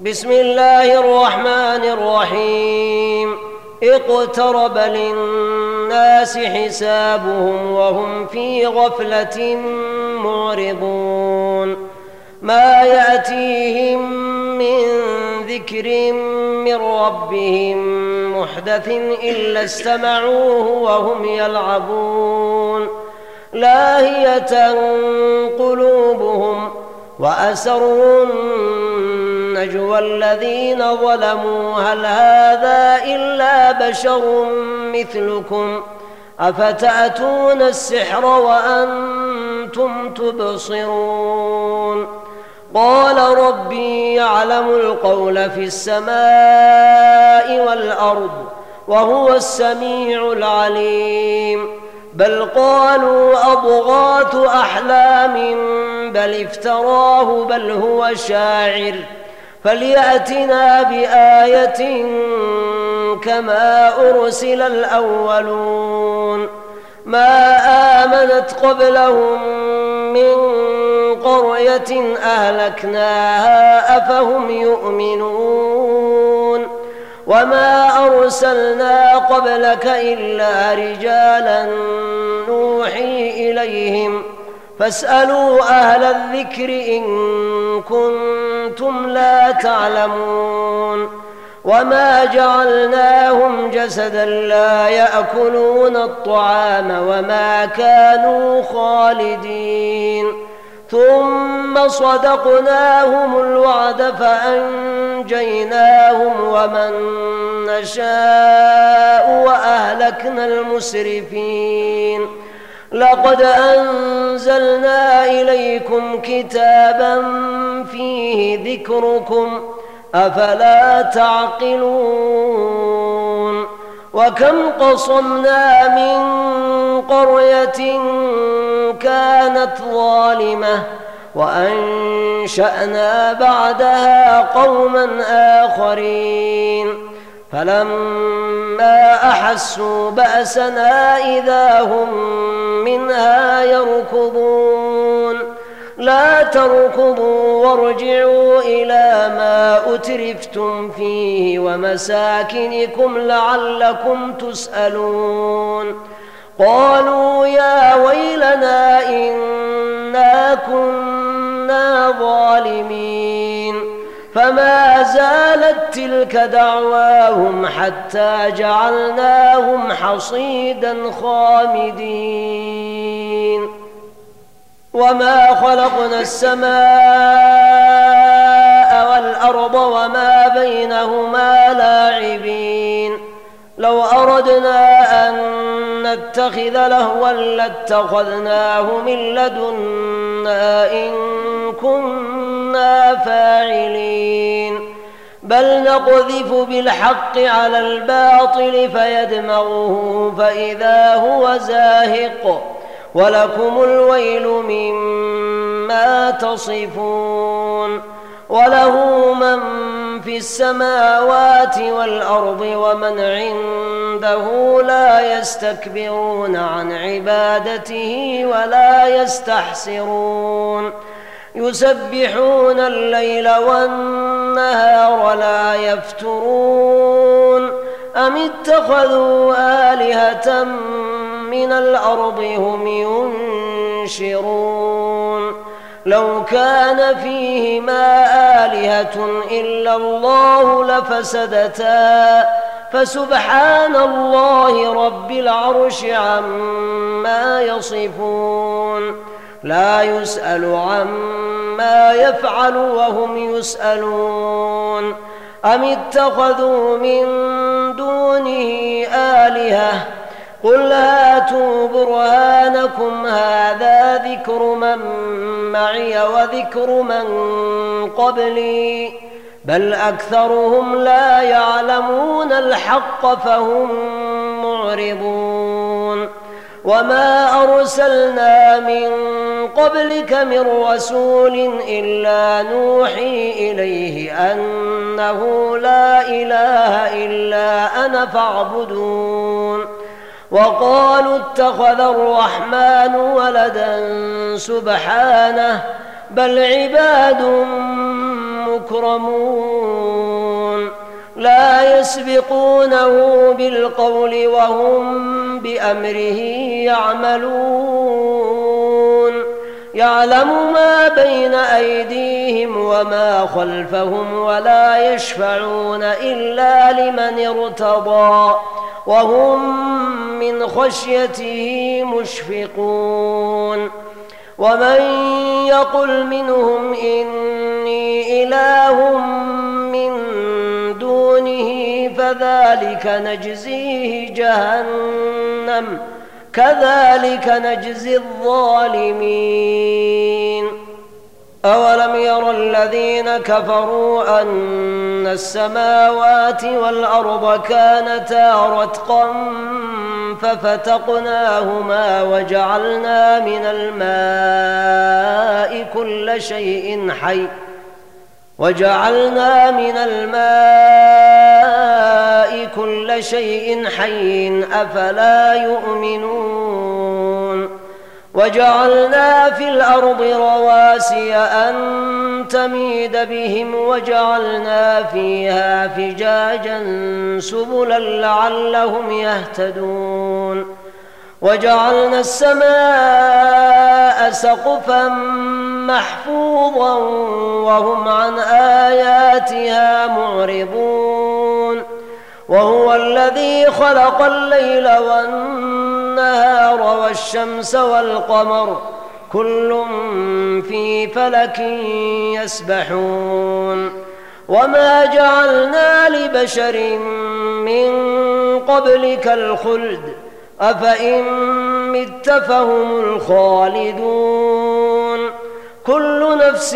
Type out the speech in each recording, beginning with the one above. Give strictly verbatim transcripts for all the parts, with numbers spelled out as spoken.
بسم الله الرحمن الرحيم. اقترب للناس حسابهم وهم في غفلة معرضون. ما يأتيهم من ذكر من ربهم محدث إلا استمعوه وهم يلعبون. لاهية قلوبهم وأسروا النجوى الذين ظلموا هل هذا إلا بشر مثلكم أفتأتون السحر وأنتم تبصرون. قال ربي يعلم القول في السماء والأرض وهو السميع العليم. بل قالوا أضغاث أحلام بل افتراه بل هو شاعر فليأتنا بآية كما أرسل الأولون. ما آمنت قبلهم من قرية أهلكناها أفهم يؤمنون. وما أرسلنا قبلك إلا رجالا نوحي إليهم فاسألوا أهل الذكر إن كنتم لا تعلمون. وما جعلناهم جسدا لا يأكلون الطعام وما كانوا خالدين. ثم صدقناهم الوعد فأنجيناهم ومن نشاء وأهلكنا المسرفين. لقد أنزلنا إليكم كتابا فيه ذكركم أفلا تعقلون. وكم قصمنا من قرية كانت ظالمة وأنشأنا بعدها قوما آخرين فلما أحسوا بأسنا إذا هم منها يركضون. لا تركضوا وارجعوا إلى ما أترفتم فيه ومساكنكم لعلكم تسألون. قالوا يا ويلنا إنا كنا ظالمين. فما زالت تلك دعواهم حتى جعلناهم حصيدا خامدين. وما خلقنا السماء والأرض وما بينهما لاعبين. لو أردنا أن نتخذ لهوا لاتخذناه من لدنا إن كنا فاعلين. بل نقذف بالحق على الباطل فيدمغه فإذا هو زاهق ولكم الويل مما تصفون. وله من في السماوات والأرض ومن عنده لا يستكبرون عن عبادته ولا يستحسرون. يسبحون الليل والنهار لا يفترون. أم اتخذوا آلهة من الأرض هم ينشرون. لو كان فيهما آلهة إلا الله لفسدتا فسبحان الله رب العرش عما يصفون. لا يسأل عما يفعل وهم يسألون. أم اتخذوا من دونه آلهة قل هاتوا برهانكم هذا ذكر من معي وذكر من قبلي بل أكثرهم لا يعلمون الحق فهم معرضون. وما أرسلنا من قبلك من رسول إلا نوحي إليه أنه لا إله إلا أنا فاعبدون. وقالوا اتخذ الرحمن ولدا سبحانه بل عباد مكرمون لا يسبقونه بالقول وهم بأمره يعملون يعلم ما بين أيديهم وما خلفهم ولا يشفعون إلا لمن ارتضى وهم من خشيته مشفقون ومن يقل منهم إني إله من دونه فذلك نجزيه جهنم كذلك نجزي الظالمين أولم ير الذين كفروا أن السماوات والأرض كانتا رتقا ففتقناهما وجعلنا من الماء كل شيء حي وجعلنا من الماء كل شيء حي أفلا يؤمنون وجعلنا في الأرض رواسي أن تميد بهم وجعلنا فيها فجاجا سبلا لعلهم يهتدون وجعلنا السماء سقفا محفوظا وهم عن آياتها معرضون وهو الذي خلق الليل والنهار والشمس والقمر كل في فلك يسبحون وما جعلنا لبشر من قبلك الخلد أفإن مت فهم الخالدون كل نفس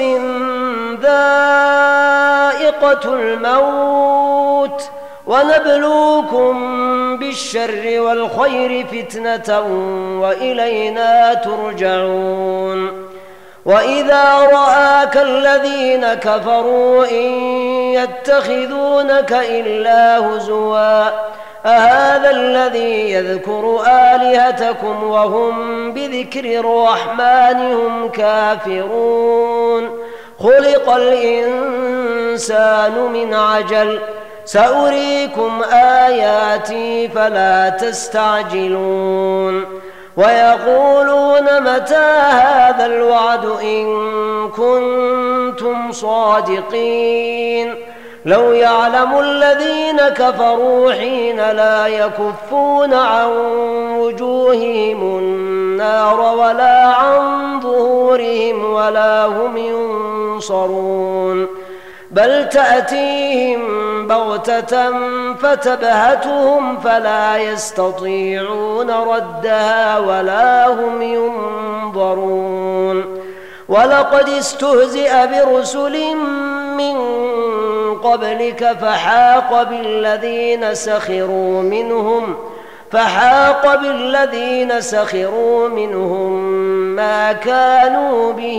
ذائقة الموت ونبلوكم بالشر والخير فتنة وإلينا ترجعون وإذا رآك الذين كفروا إن يتخذونك إلا هزوا أهذا الذي يذكر آلهتكم وهم بذكر الرحمن هم كافرون خلق الإنسان من عجل سأريكم آياتي فلا تستعجلون ويقولون متى هذا الوعد إن كنتم صادقين لو يعلم الذين كفروا حين لا يكفون عن وجوههم النار ولا عن ظهورهم ولا هم ينصرون بل تأتيهم بغتة فتبهتهم فلا يستطيعون ردها ولا هم ينظرون ولقد استهزئ برسل من قبلك فحاق بالذين سخروا منهم فحاق بالذين سخروا منهم ما كانوا به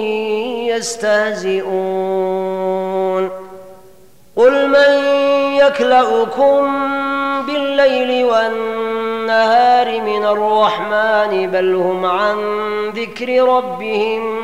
يستهزئون قل من يكلؤكم بالليل والنهار من الرحمن بل هم عن ذكر ربهم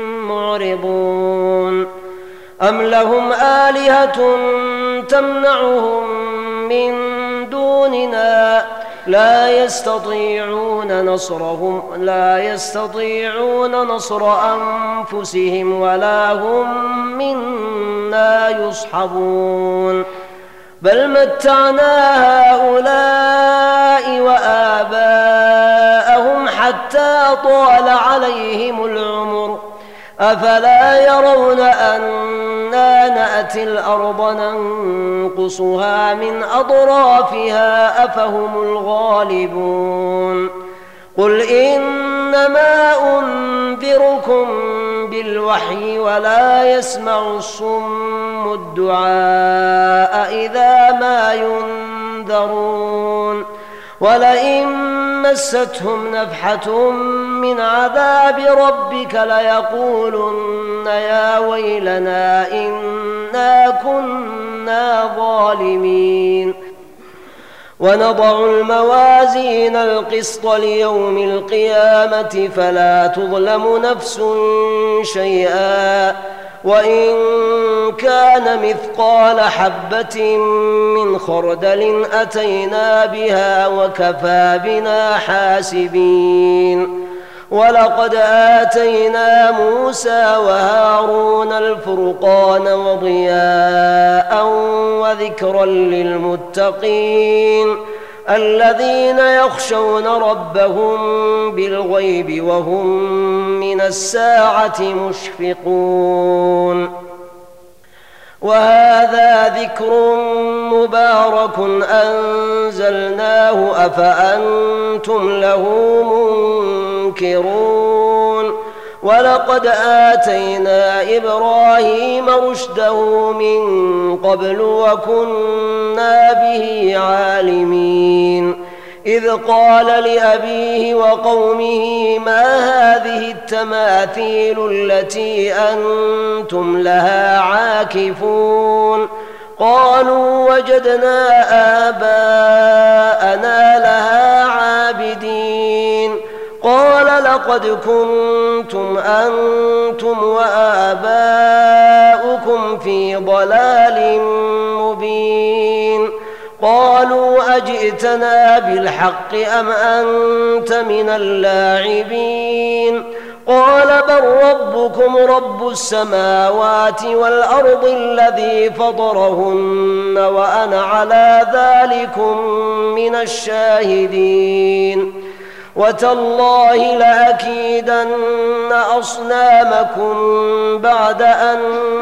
معرضون أم لهم آلهة تمنعهم من دوننا لا يستطيعون نصرهم لا يستطيعون نصر أنفسهم ولا هم منا يصحبون بل متعنا هؤلاء وآباءهم حتى طال عليهم العمر أفلا يرون أنا نأتي الأرض ننقصها من أطرافها أفهم الغالبون قل إنما أنذركم بالوحي ولا يسمع الصم الدعاء إذا ما ينذرون ولئن مستهم نفحة من عذاب ربك ليقولن يا ويلنا إنا كنا ظالمين ونضع الموازين القسط ليوم القيامة فلا تظلم نفس شيئا وإن كان مثقال حبة من خردل أتينا بها وكفى بنا حاسبين. ولقد آتينا موسى وهارون الفرقان وضياء وذكرا للمتقين الذين يخشون ربهم بالغيب وهم من الساعة مشفقون. وهذا ذكر مبارك أنزلناه أفأنتم له منكرون. ولقد آتينا إبراهيم رشده من قبل وكنا به عالمين. إذ قال لأبيه وقومه ما هذه التماثيل التي أنتم لها عاكفون؟ قالوا وجدنا آباءنا لها عابدين. قال لقد كنتم أنتم وآباؤكم في ضلال مبين. قالوا أجئتنا بالحق أم أنت من اللاعبين؟ قال بل ربكم رب السماوات والأرض الذي فطرهن وأنا على ذلكم من الشاهدين. وتالله لأكيدن أصنامكم بعد أن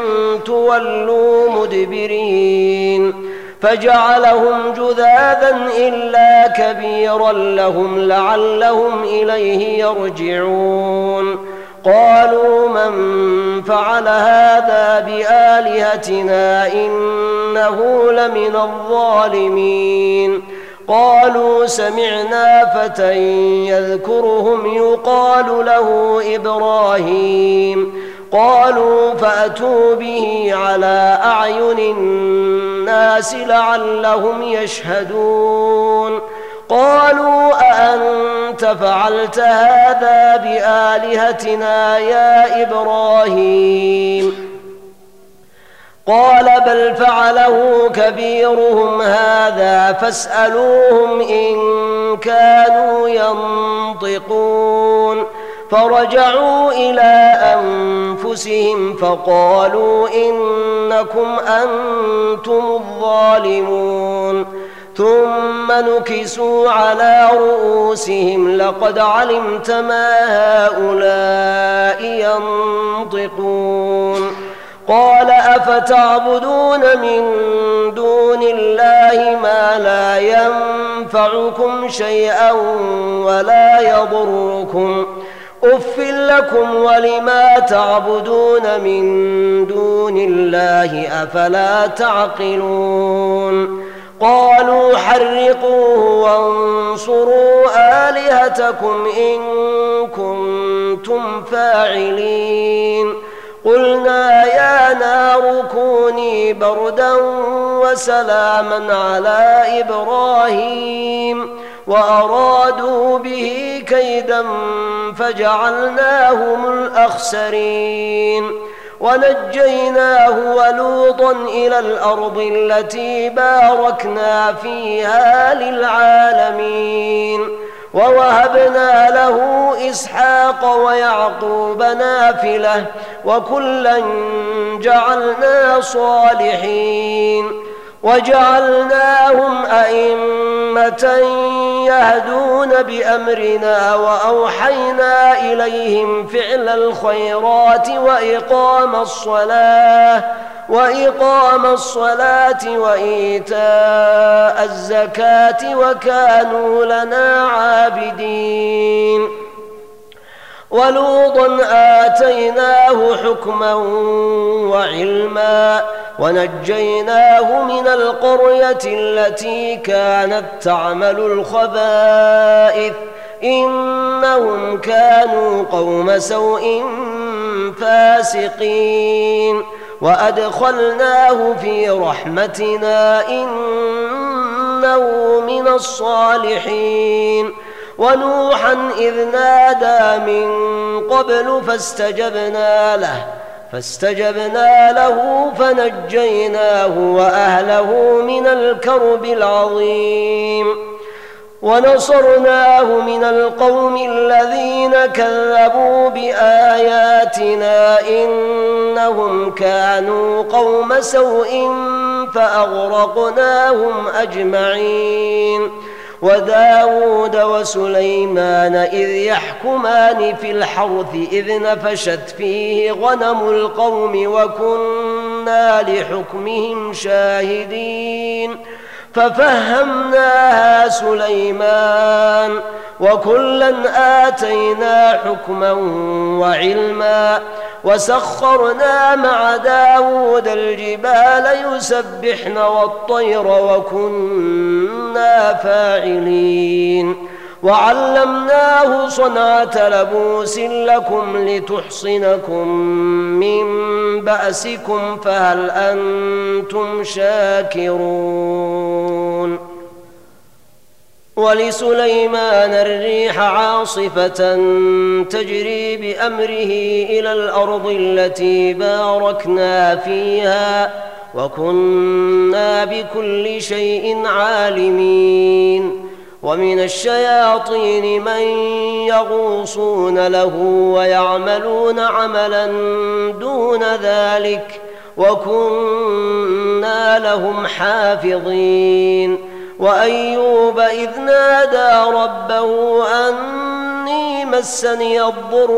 تولوا مدبرين. فجعلهم جذاذا إلا كبيرا لهم لعلهم إليه يرجعون. قالوا من فعل هذا بآلهتنا إنه لمن الظالمين. قالوا سمعنا فتى يذكرهم يقال له إبراهيم. قالوا فأتوا به على أعين الناس لعلهم يشهدون. قالوا أأنت فعلت هذا بآلهتنا يا إبراهيم؟ قال بل فعله كبيرهم هذا فاسألوهم إن كانوا ينطقون. فرجعوا إلى أنفسهم فقالوا إنكم أنتم الظالمون. ثم نكسوا على رؤوسهم لقد علمت ما هؤلاء ينطقون. قال أفتعبدون من دون الله ما لا ينفعكم شيئا ولا يضركم أف لكم ولما تعبدون من دون الله أفلا تعقلون. قالوا حرقوه وانصروا آلهتكم إن كنتم فاعلين. قلنا يا نار كوني بردا وسلاما على إبراهيم وأرادوا به كيدا فجعلناهم الأخسرين. ونجيناه ولوطا إلى الأرض التي باركنا فيها للعالمين. ووهبنا له إسحاق ويعقوب نافلة وكلا جعلنا صالحين. وجعلناهم أئمة يهدون بأمرنا وأوحينا إليهم فعل الخيرات وإقام الصلاة وإقام الصلاة وإيتاء الزكاة وكانوا لنا عابدين. ولوطا آتيناه حكما وعلما ونجيناه من القرية التي كانت تعمل الخبائث إنهم كانوا قوم سوء فاسقين. وأدخلناه في رحمتنا إنه إنه من الصالحين ونوحا إذ نادى من قبل فاستجبنا له فاستجبنا له فنجيناه وأهله من الكرب العظيم ونصرناه من القوم الذين كذبوا بآياتنا إنهم كانوا قوم سوء فأغرقناهم أجمعين وداود وسليمان إذ يحكمان في الحرث إذ نفشت فيه غنم القوم وكنا لحكمهم شاهدين ففهمناها سليمان وكلا آتينا حكما وعلما وسخرنا مع داود الجبال يسبحن والطير وكنا فاعلين وعلمناه صنعة لبوس لكم لتحصنكم من بأسكم فهل أنتم شاكرون ولسليمان الريح عاصفة تجري بأمره إلى الأرض التي باركنا فيها وكنا بكل شيء عالمين ومن الشياطين من يغوصون له ويعملون عملا دون ذلك وكنا لهم حافظين وأيوب إذ نادى ربه أني مسني الضر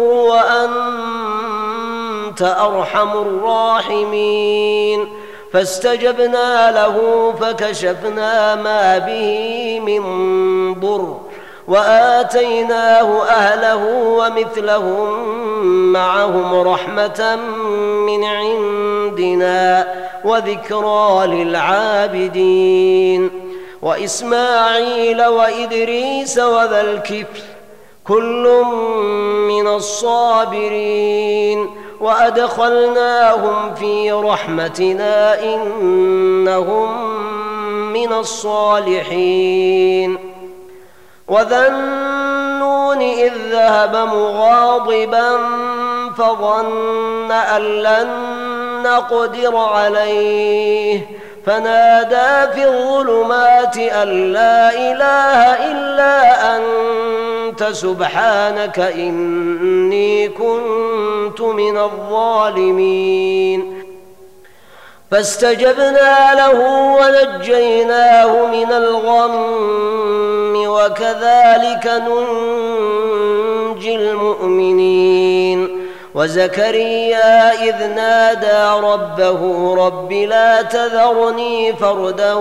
وأنت أرحم الراحمين فاستجبنا له فكشفنا ما به من ضر وآتيناه أهله ومثلهم معهم رحمة من عندنا وذكرى للعابدين وإسماعيل وإدريس وذا الكفل كل من الصابرين وأدخلناهم في رحمتنا إنهم من الصالحين وذا النون إذ ذهب مغاضبا فظن أن لن نقدر عليه فنادى في الظلمات أن لا إله إلا أنت سبحانك إني كنت من الظالمين فاستجبنا له ونجيناه من الغم وكذلك ننجي المؤمنين وزكريا إذ نادى ربه رب لا تذرني فردا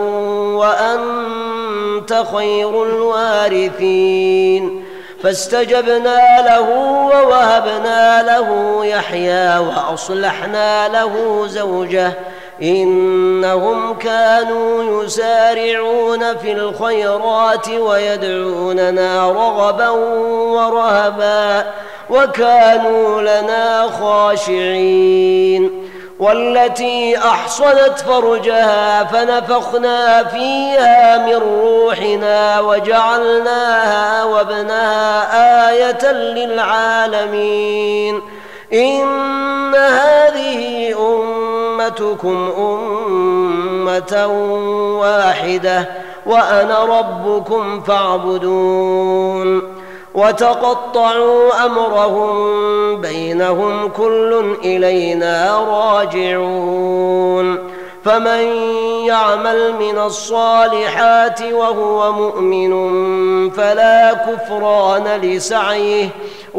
وأنت خير الوارثين فاستجبنا له ووهبنا له يحيى وأصلحنا له زوجه إنهم كانوا يسارعون في الخيرات ويدعوننا رغبا ورهبا وكانوا لنا خاشعين والتي أحصنت فرجها فنفخنا فيها من روحنا وجعلناها وابنها آية للعالمين إن هذه أمتكم أمة واحدة وأنا ربكم فاعبدون وتقطعوا أمرهم بينهم كل إلينا راجعون فمن يعمل من الصالحات وهو مؤمن فلا كفران لسعيه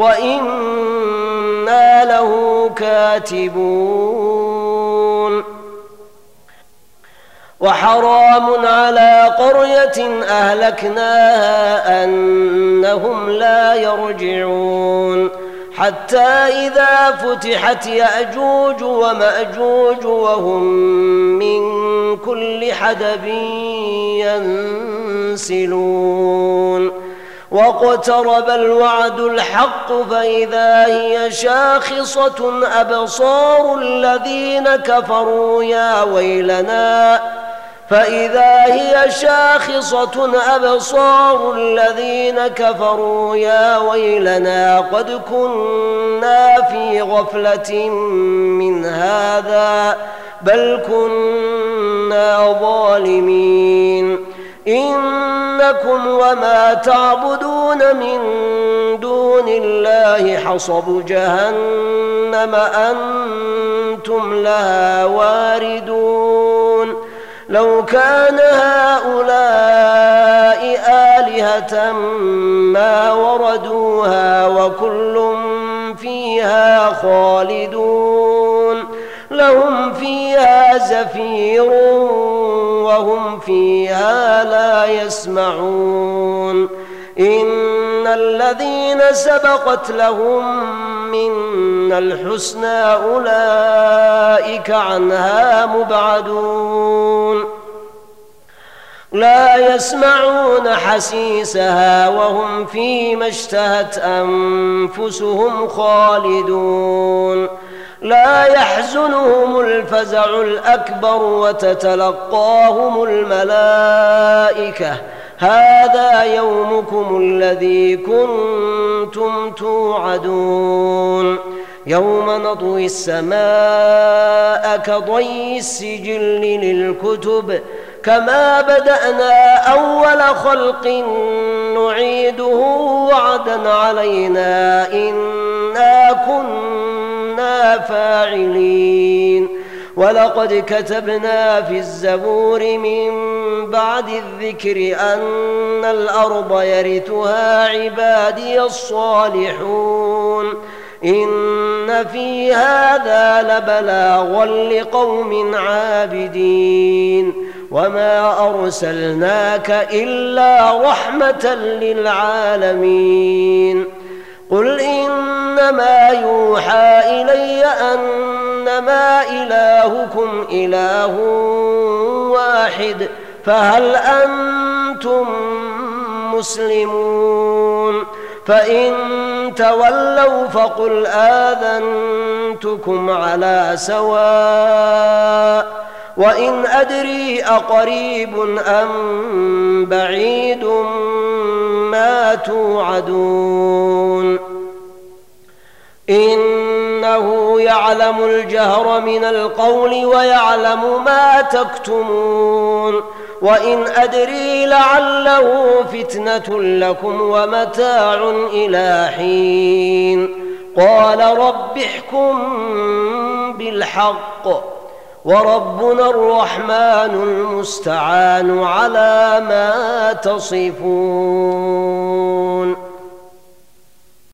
وإنا له كاتبون وحرام على قرية أهلكناها أنهم لا يرجعون حتى إذا فتحت يأجوج ومأجوج وهم من كل حدب ينسلون واقترب الوعد الحق فإذا هي شاخصة أبصار الذين كفروا يا ويلنا فإذا هي شاخصة أبصار الذين كفروا يا ويلنا قد كنا في غفلة من هذا بل كنا ظالمين إنكم وما تعبدون من دون الله حصب جهنم أنتم لها واردون لو كان هؤلاء آلهة ما وردوها وكل فيها خالدون لهم فيها زفير وهم فيها لا يسمعون إن الذين سبقت لهم منا الحسنى أولئك عنها مبعدون لا يسمعون حسيسها وهم فيما اشتهت أنفسهم خالدون لا يحزنهم الفزع الأكبر وتتلقاهم الملائكة هذا يومكم الذي كنتم توعدون يوم نطوي السماء كطي السجل للكتب كما بدأنا أول خلق نعيده وعدا علينا إنا كنا فاعلين ولقد كتبنا في الزبور من بعد الذكر أن الأرض يرثها عبادي الصالحون إن في هذا لبلاغا لقوم عابدين وما أرسلناك إلا رحمة للعالمين قل إنما يوحى إلي أنما إلهكم إله واحد فهل أنتم مسلمون فإن تولوا فقل آذنتكم على سواء وإن أدري أقريب أم بعيد ما توعدون إنه يعلم الجهر من القول ويعلم ما تكتمون وإن أدري لعله فتنة لكم ومتاع إلى حين قال رب احكم بالحق وربنا الرحمن المستعان على ما تصفون